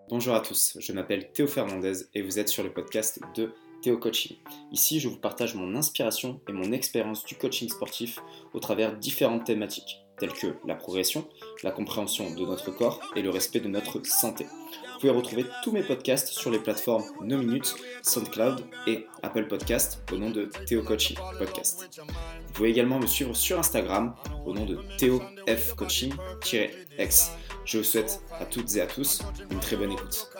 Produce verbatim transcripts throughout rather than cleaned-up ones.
Bonjour à tous, je m'appelle Théo Fernandez et vous êtes sur le podcast de Théo Coaching. Ici, je vous partage mon inspiration et mon expérience du coaching sportif au travers différentes thématiques, telles que la progression, la compréhension de notre corps et le respect de notre santé. Vous pouvez retrouver tous mes podcasts sur les plateformes No Minutes, SoundCloud et Apple Podcast au nom de Théo Coaching Podcast. Vous pouvez également me suivre sur Instagram au nom de Théo F Coaching-X. Je vous souhaite à toutes et à tous une très bonne écoute.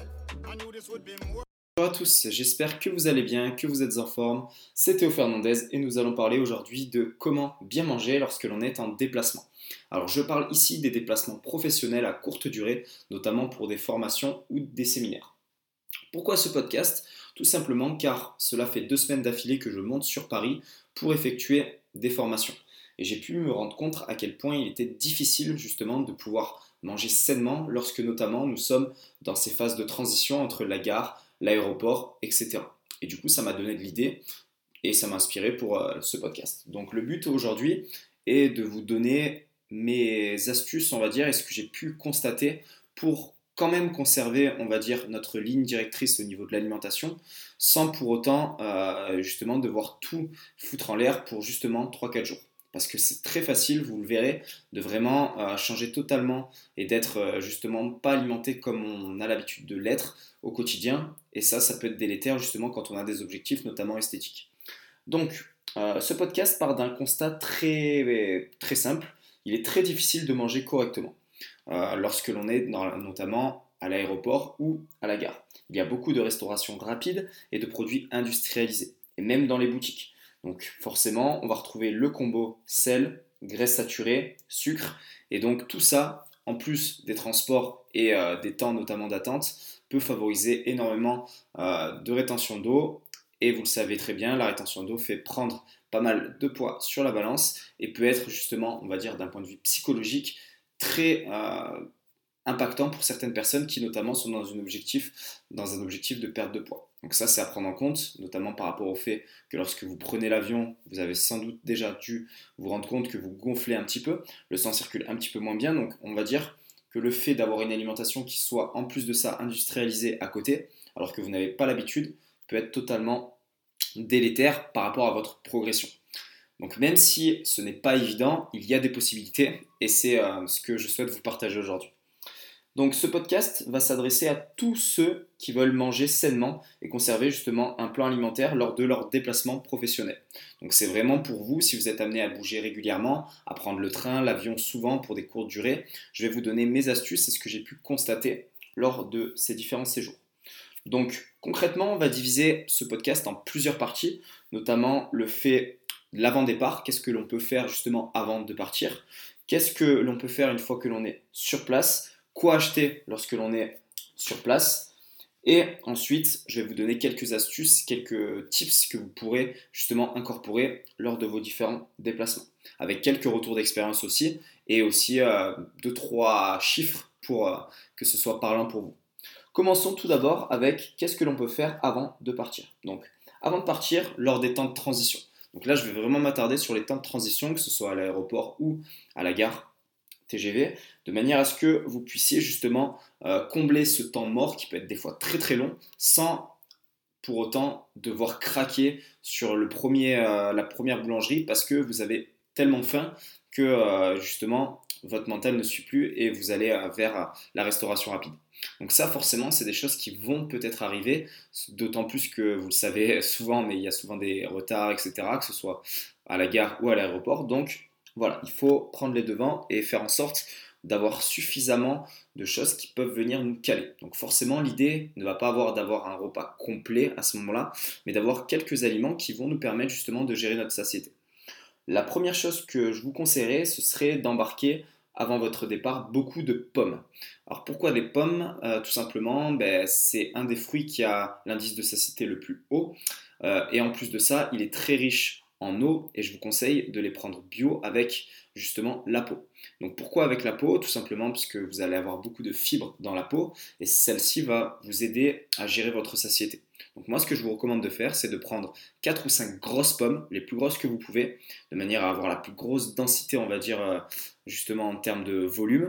Bonjour à tous, j'espère que vous allez bien, que vous êtes en forme. C'est Théo Fernandez et nous allons parler aujourd'hui de comment bien manger lorsque l'on est en déplacement. Alors je parle ici des déplacements professionnels à courte durée, notamment pour des formations ou des séminaires. Pourquoi ce podcast ? Tout simplement car cela fait deux semaines d'affilée que je monte sur Paris pour effectuer des formations. Et j'ai pu me rendre compte à quel point il était difficile justement de pouvoir manger sainement lorsque notamment nous sommes dans ces phases de transition entre la gare, l'aéroport, et cetera. Et du coup, ça m'a donné de l'idée et ça m'a inspiré pour euh, ce podcast. Donc le but aujourd'hui est de vous donner mes astuces, on va dire, et ce que j'ai pu constater pour quand même conserver, on va dire, notre ligne directrice au niveau de l'alimentation, sans pour autant euh, justement devoir tout foutre en l'air pour justement trois quatre jours. Parce que c'est très facile, vous le verrez, de vraiment euh, changer totalement et d'être euh, justement pas alimenté comme on a l'habitude de l'être au quotidien. Et ça, ça peut être délétère justement quand on a des objectifs, notamment esthétiques. Donc, euh, ce podcast part d'un constat très, très simple. Il est très difficile de manger correctement euh, lorsque l'on est dans, notamment à l'aéroport ou à la gare. Il y a beaucoup de restauration rapide et de produits industrialisés, et même dans les boutiques. Donc forcément, on va retrouver le combo sel, graisse saturée, sucre, et donc tout ça, en plus des transports et euh, des temps notamment d'attente, peut favoriser énormément euh, de rétention d'eau. Et vous le savez très bien, la rétention d'eau fait prendre pas mal de poids sur la balance et peut être justement, on va dire d'un point de vue psychologique, très euh, impactant pour certaines personnes qui notamment sont dans un objectif, dans un objectif de perte de poids. Donc ça, c'est à prendre en compte, notamment par rapport au fait que lorsque vous prenez l'avion, vous avez sans doute déjà dû vous rendre compte que vous gonflez un petit peu, le sang circule un petit peu moins bien, donc on va dire que le fait d'avoir une alimentation qui soit en plus de ça industrialisée à côté, alors que vous n'avez pas l'habitude, peut être totalement délétère par rapport à votre progression. Donc même si ce n'est pas évident, il y a des possibilités et c'est euh, ce que je souhaite vous partager aujourd'hui. Donc ce podcast va s'adresser à tous ceux qui veulent manger sainement et conserver justement un plan alimentaire lors de leur déplacement professionnel. Donc c'est vraiment pour vous, si vous êtes amené à bouger régulièrement, à prendre le train, l'avion souvent pour des courtes durées, je vais vous donner mes astuces et ce que j'ai pu constater lors de ces différents séjours. Donc concrètement, on va diviser ce podcast en plusieurs parties, notamment le fait de l'avant-départ, qu'est-ce que l'on peut faire justement avant de partir, qu'est-ce que l'on peut faire une fois que l'on est sur place, quoi acheter lorsque l'on est sur place. Et ensuite, je vais vous donner quelques astuces, quelques tips que vous pourrez justement incorporer lors de vos différents déplacements. Avec quelques retours d'expérience aussi, et aussi euh, deux, trois chiffres pour euh, que ce soit parlant pour vous. Commençons tout d'abord avec qu'est-ce que l'on peut faire avant de partir. Donc, avant de partir, lors des temps de transition. Donc là, je vais vraiment m'attarder sur les temps de transition, que ce soit à l'aéroport ou à la gare T G V, de manière à ce que vous puissiez justement euh, combler ce temps mort qui peut être des fois très très long, sans pour autant devoir craquer sur le premier, euh, la première boulangerie parce que vous avez tellement faim que euh, justement votre mental ne suit plus et vous allez euh, vers euh, la restauration rapide. Donc ça forcément c'est des choses qui vont peut-être arriver, d'autant plus que vous le savez souvent, mais il y a souvent des retards, et cetera, que ce soit à la gare ou à l'aéroport. Donc voilà, il faut prendre les devants et faire en sorte d'avoir suffisamment de choses qui peuvent venir nous caler. Donc forcément, l'idée ne va pas avoir d'avoir un repas complet à ce moment-là, mais d'avoir quelques aliments qui vont nous permettre justement de gérer notre satiété. La première chose que je vous conseillerais, ce serait d'embarquer avant votre départ beaucoup de pommes. Alors pourquoi des pommes ? euh, Tout simplement, ben, c'est un des fruits qui a l'indice de satiété le plus haut, euh, et en plus de ça, il est très riche en eau et je vous conseille de les prendre bio avec justement la peau. Donc pourquoi avec la peau ? Tout simplement parce que vous allez avoir beaucoup de fibres dans la peau et celle-ci va vous aider à gérer votre satiété. Donc moi ce que je vous recommande de faire, c'est de prendre quatre ou cinq grosses pommes, les plus grosses que vous pouvez, de manière à avoir la plus grosse densité, on va dire, justement en termes de volume.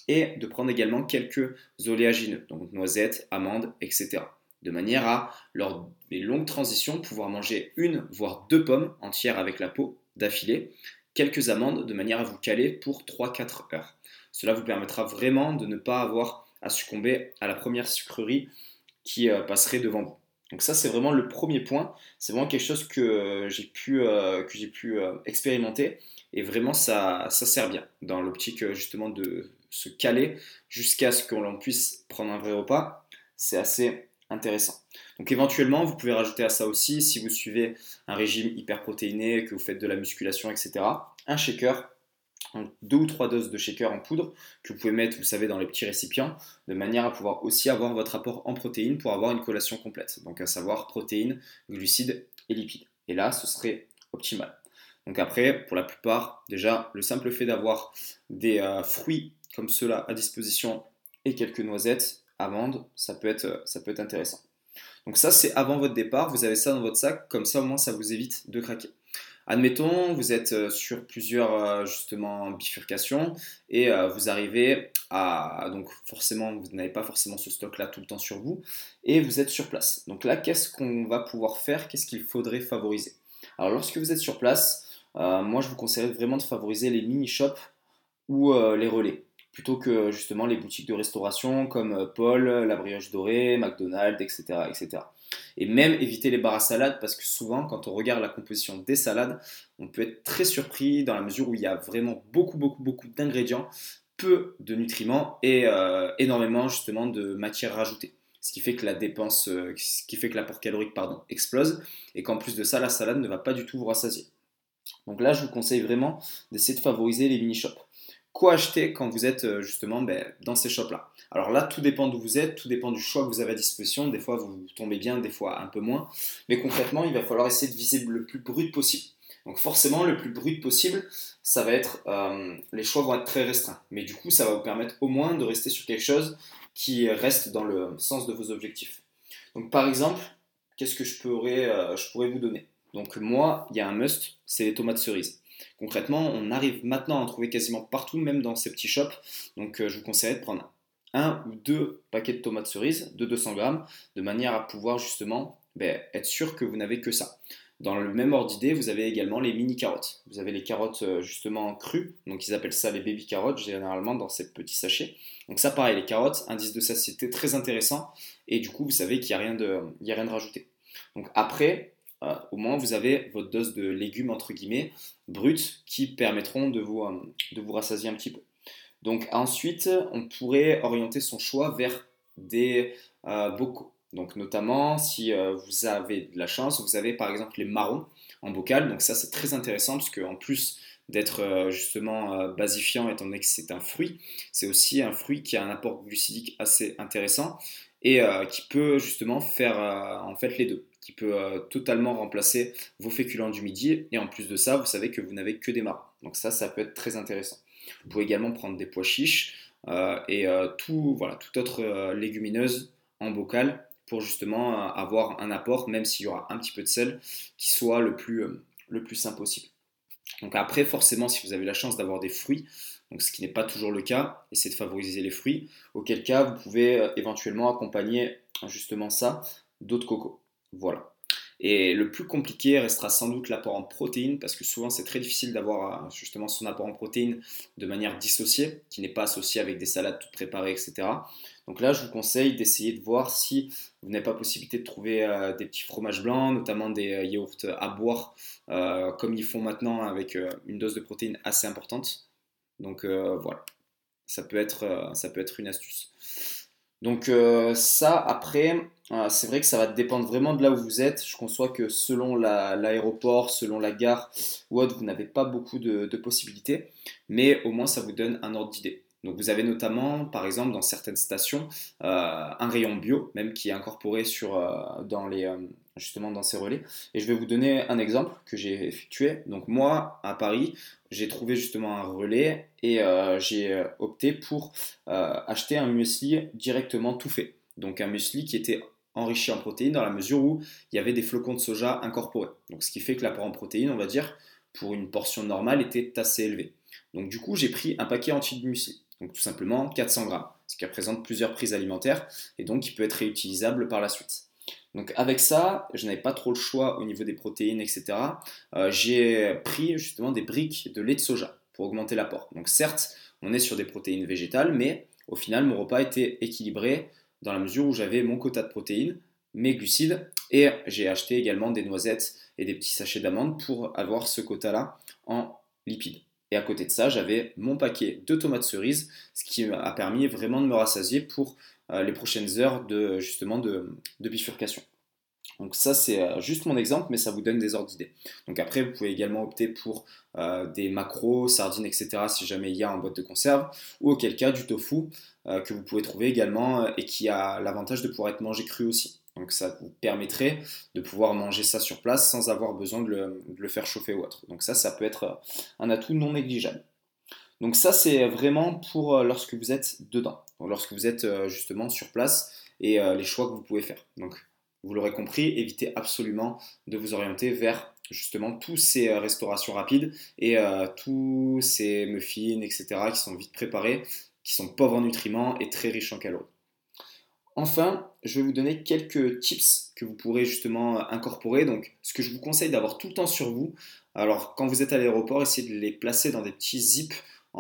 et de prendre également quelques oléagineux, donc noisettes, amandes, et cetera. De manière à, lors des longues transitions, pouvoir manger une, voire deux pommes entières avec la peau d'affilée, quelques amandes, de manière à vous caler pour trois à quatre heures. Cela vous permettra vraiment de ne pas avoir à succomber à la première sucrerie qui euh, passerait devant vous. Donc ça, c'est vraiment le premier point. C'est vraiment quelque chose que euh, j'ai pu, euh, que j'ai pu euh, expérimenter. Et vraiment, ça, ça sert bien dans l'optique euh, justement de se caler jusqu'à ce que l'on puisse prendre un vrai repas. C'est assez intéressant. Donc éventuellement, vous pouvez rajouter à ça aussi, si vous suivez un régime hyperprotéiné, que vous faites de la musculation, et cetera, un shaker, donc deux ou trois doses de shaker en poudre que vous pouvez mettre, vous savez, dans les petits récipients, de manière à pouvoir aussi avoir votre apport en protéines pour avoir une collation complète. Donc à savoir protéines, glucides et lipides. Et là, ce serait optimal. Donc après, pour la plupart, déjà, le simple fait d'avoir des euh, fruits comme ceux-là à disposition et quelques noisettes, amandes, ça peut être, ça peut être intéressant. Donc ça, c'est avant votre départ, vous avez ça dans votre sac, comme ça au moins ça vous évite de craquer. Admettons, vous êtes euh, sur plusieurs euh, justement bifurcations et euh, vous arrivez à, donc forcément, vous n'avez pas forcément ce stock-là tout le temps sur vous et vous êtes sur place. Donc là, qu'est-ce qu'on va pouvoir faire? Qu'est-ce qu'il faudrait favoriser? Alors lorsque vous êtes sur place, euh, moi je vous conseillerais vraiment de favoriser les mini-shops ou euh, les relais, plutôt que justement les boutiques de restauration comme euh, Paul, La Brioche Dorée, McDonald's, et cetera, et cetera. Et même éviter les bars à salade parce que souvent, quand on regarde la composition des salades, on peut être très surpris dans la mesure où il y a vraiment beaucoup, beaucoup, beaucoup d'ingrédients, peu de nutriments et euh, énormément justement de matières rajoutées. Ce qui fait que la dépense, euh, ce qui fait que l'apport calorique pardon, explose et qu'en plus de ça, la salade ne va pas du tout vous rassasier. Donc là, je vous conseille vraiment d'essayer de favoriser les mini-shops. Quoi acheter quand vous êtes euh, justement ben, dans ces shops-là? Alors là, tout dépend d'où vous êtes, tout dépend du choix que vous avez à disposition. Des fois, vous tombez bien, des fois un peu moins. Mais concrètement, il va falloir essayer de viser le plus brut possible. Donc forcément, le plus brut possible, ça va être, euh, les choix vont être très restreints. Mais du coup, ça va vous permettre au moins de rester sur quelque chose qui reste dans le sens de vos objectifs. Donc par exemple, qu'est-ce que je pourrais, euh, je pourrais vous donner? Donc moi, il y a un must, c'est les tomates cerises. Concrètement, on arrive maintenant à en trouver quasiment partout, même dans ces petits shops. Donc euh, je vous conseillerais de prendre un ou deux paquets de tomates cerises de deux cents grammes, de manière à pouvoir justement ben, être sûr que vous n'avez que ça. Dans le même ordre d'idée, vous avez également les mini carottes. Vous avez les carottes euh, justement crues, donc ils appellent ça les baby carottes généralement dans ces petits sachets. Donc ça pareil, les carottes, indice de satiété très intéressant, et du coup vous savez qu'il n'y a rien de, il y a rien de rajouté. Donc après, euh, au moins vous avez votre dose de légumes entre guillemets bruts qui permettront de vous, euh, de vous rassasier un petit peu. Donc ensuite, on pourrait orienter son choix vers des euh, bocaux. Donc notamment, si euh, vous avez de la chance, vous avez par exemple les marrons en bocal. Donc ça, c'est très intéressant parce qu'en plus d'être euh, justement euh, basifiant, étant donné que c'est un fruit, c'est aussi un fruit qui a un apport glucidique assez intéressant et euh, qui peut justement faire euh, en fait les deux, qui peut euh, totalement remplacer vos féculents du midi. Et en plus de ça, vous savez que vous n'avez que des marrons. Donc ça, ça peut être très intéressant. Vous pouvez également prendre des pois chiches euh, et euh, tout, voilà, toute autre euh, légumineuse en bocal pour justement euh, avoir un apport, même s'il y aura un petit peu de sel, qui soit le plus, euh, le plus sain possible. Donc après, forcément, si vous avez la chance d'avoir des fruits, donc ce qui n'est pas toujours le cas, essayez de favoriser les fruits, auquel cas vous pouvez euh, éventuellement accompagner justement ça d'eau de coco. Voilà. Et le plus compliqué restera sans doute l'apport en protéines, parce que souvent c'est très difficile d'avoir euh, justement son apport en protéines de manière dissociée, qui n'est pas associée avec des salades toutes préparées, et cetera. Donc là, je vous conseille d'essayer de voir si vous n'avez pas possibilité de trouver euh, des petits fromages blancs, notamment des euh, yaourts à boire, euh, comme ils font maintenant avec euh, une dose de protéines assez importante. Donc euh, voilà, ça peut être, euh, ça peut être une astuce. Donc euh, ça, après, euh, c'est vrai que ça va dépendre vraiment de là où vous êtes. Je conçois que selon la- l'aéroport, selon la gare ou autre, vous n'avez pas beaucoup de, de possibilités, mais au moins ça vous donne un ordre d'idée. Donc vous avez notamment, par exemple, dans certaines stations, euh, un rayon bio, même qui est incorporé sur, euh, dans les, euh, justement dans ces relais. Et je vais vous donner un exemple que j'ai effectué. Donc moi, à Paris, j'ai trouvé justement un relais et euh, j'ai euh, opté pour euh, acheter un muesli directement tout fait. Donc un muesli qui était enrichi en protéines dans la mesure où il y avait des flocons de soja incorporés. Donc ce qui fait que l'apport en protéines, on va dire, pour une portion normale était assez élevé. Donc du coup, j'ai pris un paquet entier de muesli. Donc tout simplement quatre cents grammes, ce qui représente plusieurs prises alimentaires et donc qui peut être réutilisable par la suite. Donc avec ça, je n'avais pas trop le choix au niveau des protéines, et cetera. Euh, j'ai pris justement des briques de lait de soja pour augmenter l'apport. Donc certes, on est sur des protéines végétales, mais au final, mon repas était équilibré dans la mesure où j'avais mon quota de protéines, mes glucides, et j'ai acheté également des noisettes et des petits sachets d'amandes pour avoir ce quota-là en lipides. Et à côté de ça, j'avais mon paquet de tomates cerises, ce qui a permis vraiment de me rassasier pour euh, les prochaines heures de, justement de, de bifurcation. Donc ça c'est euh, juste mon exemple, mais ça vous donne des ordres d'idées. Donc après vous pouvez également opter pour euh, des macros, sardines, et cetera si jamais il y a en boîte de conserve, ou auquel cas du tofu euh, que vous pouvez trouver également euh, et qui a l'avantage de pouvoir être mangé cru aussi. Donc ça vous permettrait de pouvoir manger ça sur place sans avoir besoin de le, de le faire chauffer ou autre. Donc ça, ça peut être euh, un atout non négligeable. Donc ça c'est vraiment pour euh, lorsque vous êtes dedans, donc lorsque vous êtes euh, justement sur place et euh, les choix que vous pouvez faire. Donc vous l'aurez compris, évitez absolument de vous orienter vers justement tous ces euh, restaurations rapides et euh, tous ces muffins, et cetera qui sont vite préparés, qui sont pauvres en nutriments et très riches en calories. Enfin, je vais vous donner quelques tips que vous pourrez justement euh, incorporer. Donc, ce que je vous conseille d'avoir tout le temps sur vous. Alors, quand vous êtes à l'aéroport, essayez de les placer dans des petits zips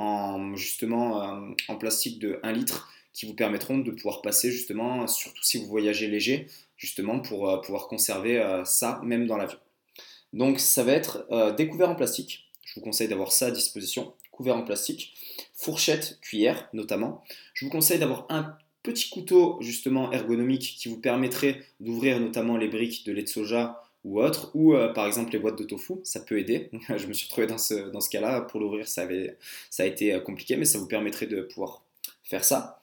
en justement euh, en plastique de un litre qui vous permettront de pouvoir passer justement, surtout si vous voyagez léger, justement pour euh, pouvoir conserver euh, ça même dans l'avion. Donc, ça va être euh, des couverts en plastique. Je vous conseille d'avoir ça à disposition. Couverts en plastique, fourchette, cuillère notamment. Je vous conseille d'avoir un petit couteau justement ergonomique qui vous permettrait d'ouvrir notamment les briques de lait de soja ou autre, ou euh, par exemple les boîtes de tofu, ça peut aider. Je me suis retrouvé dans ce, dans ce cas-là, pour l'ouvrir ça, avait, ça a été euh, compliqué, mais ça vous permettrait de pouvoir faire ça.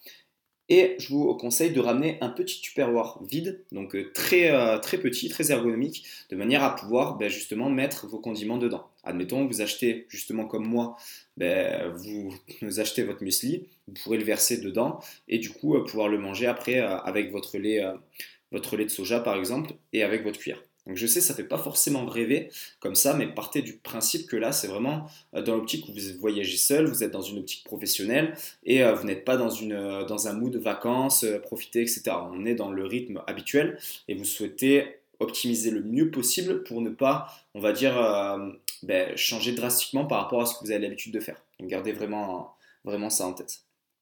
Et je vous conseille de ramener un petit tupperware vide, donc euh, très, euh, très petit, très ergonomique, de manière à pouvoir ben, justement mettre vos condiments dedans. Admettons, vous achetez justement comme moi, ben, vous, vous achetez votre muesli, vous pourrez le verser dedans et du coup euh, pouvoir le manger après euh, avec votre lait, euh, votre lait de soja par exemple et avec votre cuillère. Donc je sais, ça ne fait pas forcément rêver comme ça, mais partez du principe que là, c'est vraiment euh, dans l'optique où vous voyagez seul, vous êtes dans une optique professionnelle et euh, vous n'êtes pas dans, une, euh, dans un mood de vacances, euh, profiter, et cetera. On est dans le rythme habituel et vous souhaitez optimiser le mieux possible pour ne pas, on va dire, euh, ben, changer drastiquement par rapport à ce que vous avez l'habitude de faire. Donc gardez vraiment, vraiment ça en tête.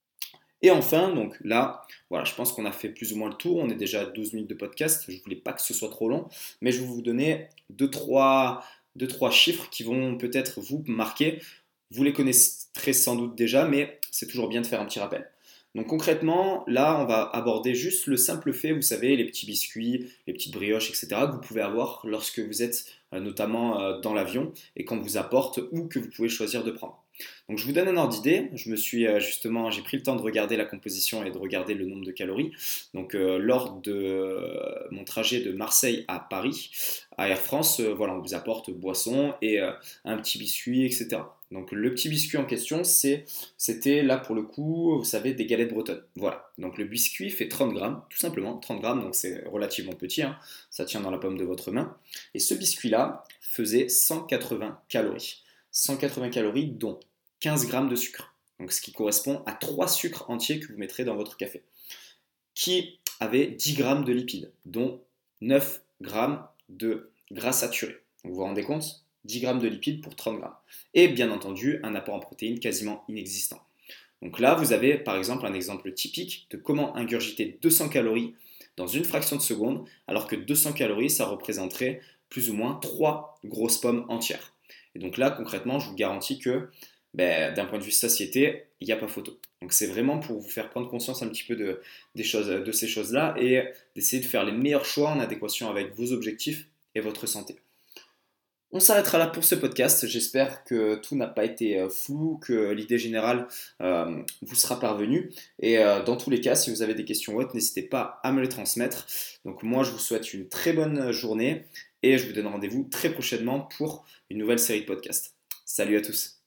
Et enfin, donc là, voilà, je pense qu'on a fait plus ou moins le tour. On est déjà à douze minutes de podcast. Je ne voulais pas que ce soit trop long, mais je vais vous donner deux trois chiffres qui vont peut-être vous marquer. Vous les connaissez sans doute déjà, mais c'est toujours bien de faire un petit rappel. Donc concrètement, là, on va aborder juste le simple fait, vous savez, les petits biscuits, les petites brioches, et cetera, que vous pouvez avoir lorsque vous êtes euh, notamment euh, dans l'avion et qu'on vous apporte ou que vous pouvez choisir de prendre. Donc je vous donne un ordre d'idée. Je me suis euh, justement, j'ai pris le temps de regarder la composition et de regarder le nombre de calories. Donc euh, lors de euh, mon trajet de Marseille à Paris, à Air France, euh, voilà, on vous apporte boisson et euh, un petit biscuit, et cetera. Donc le petit biscuit en question, c'est, c'était là pour le coup, vous savez, des galettes bretonnes. Voilà. Donc le biscuit fait trente grammes, tout simplement, trente grammes, donc c'est relativement petit, hein, ça tient dans la paume de votre main. Et ce biscuit-là faisait cent quatre-vingts calories. cent quatre-vingts calories, dont quinze grammes de sucre. Donc ce qui correspond à trois sucres entiers que vous mettrez dans votre café. Qui avait dix grammes de lipides, dont neuf grammes de gras saturés. Donc vous vous rendez compte ? dix grammes de lipides pour trente grammes. Et bien entendu, un apport en protéines quasiment inexistant. Donc là, vous avez par exemple un exemple typique de comment ingurgiter deux cents calories dans une fraction de seconde, alors que deux cents calories, ça représenterait plus ou moins trois grosses pommes entières. Et donc là, concrètement, je vous garantis que ben, d'un point de vue satiété, il n'y a pas photo. Donc c'est vraiment pour vous faire prendre conscience un petit peu de, des choses, de ces choses-là et d'essayer de faire les meilleurs choix en adéquation avec vos objectifs et votre santé. On s'arrêtera là pour ce podcast. J'espère que tout n'a pas été flou, que l'idée générale euh, vous sera parvenue. Et euh, dans tous les cas, si vous avez des questions ou autres, n'hésitez pas à me les transmettre. Donc moi, je vous souhaite une très bonne journée et je vous donne rendez-vous très prochainement pour une nouvelle série de podcasts. Salut à tous.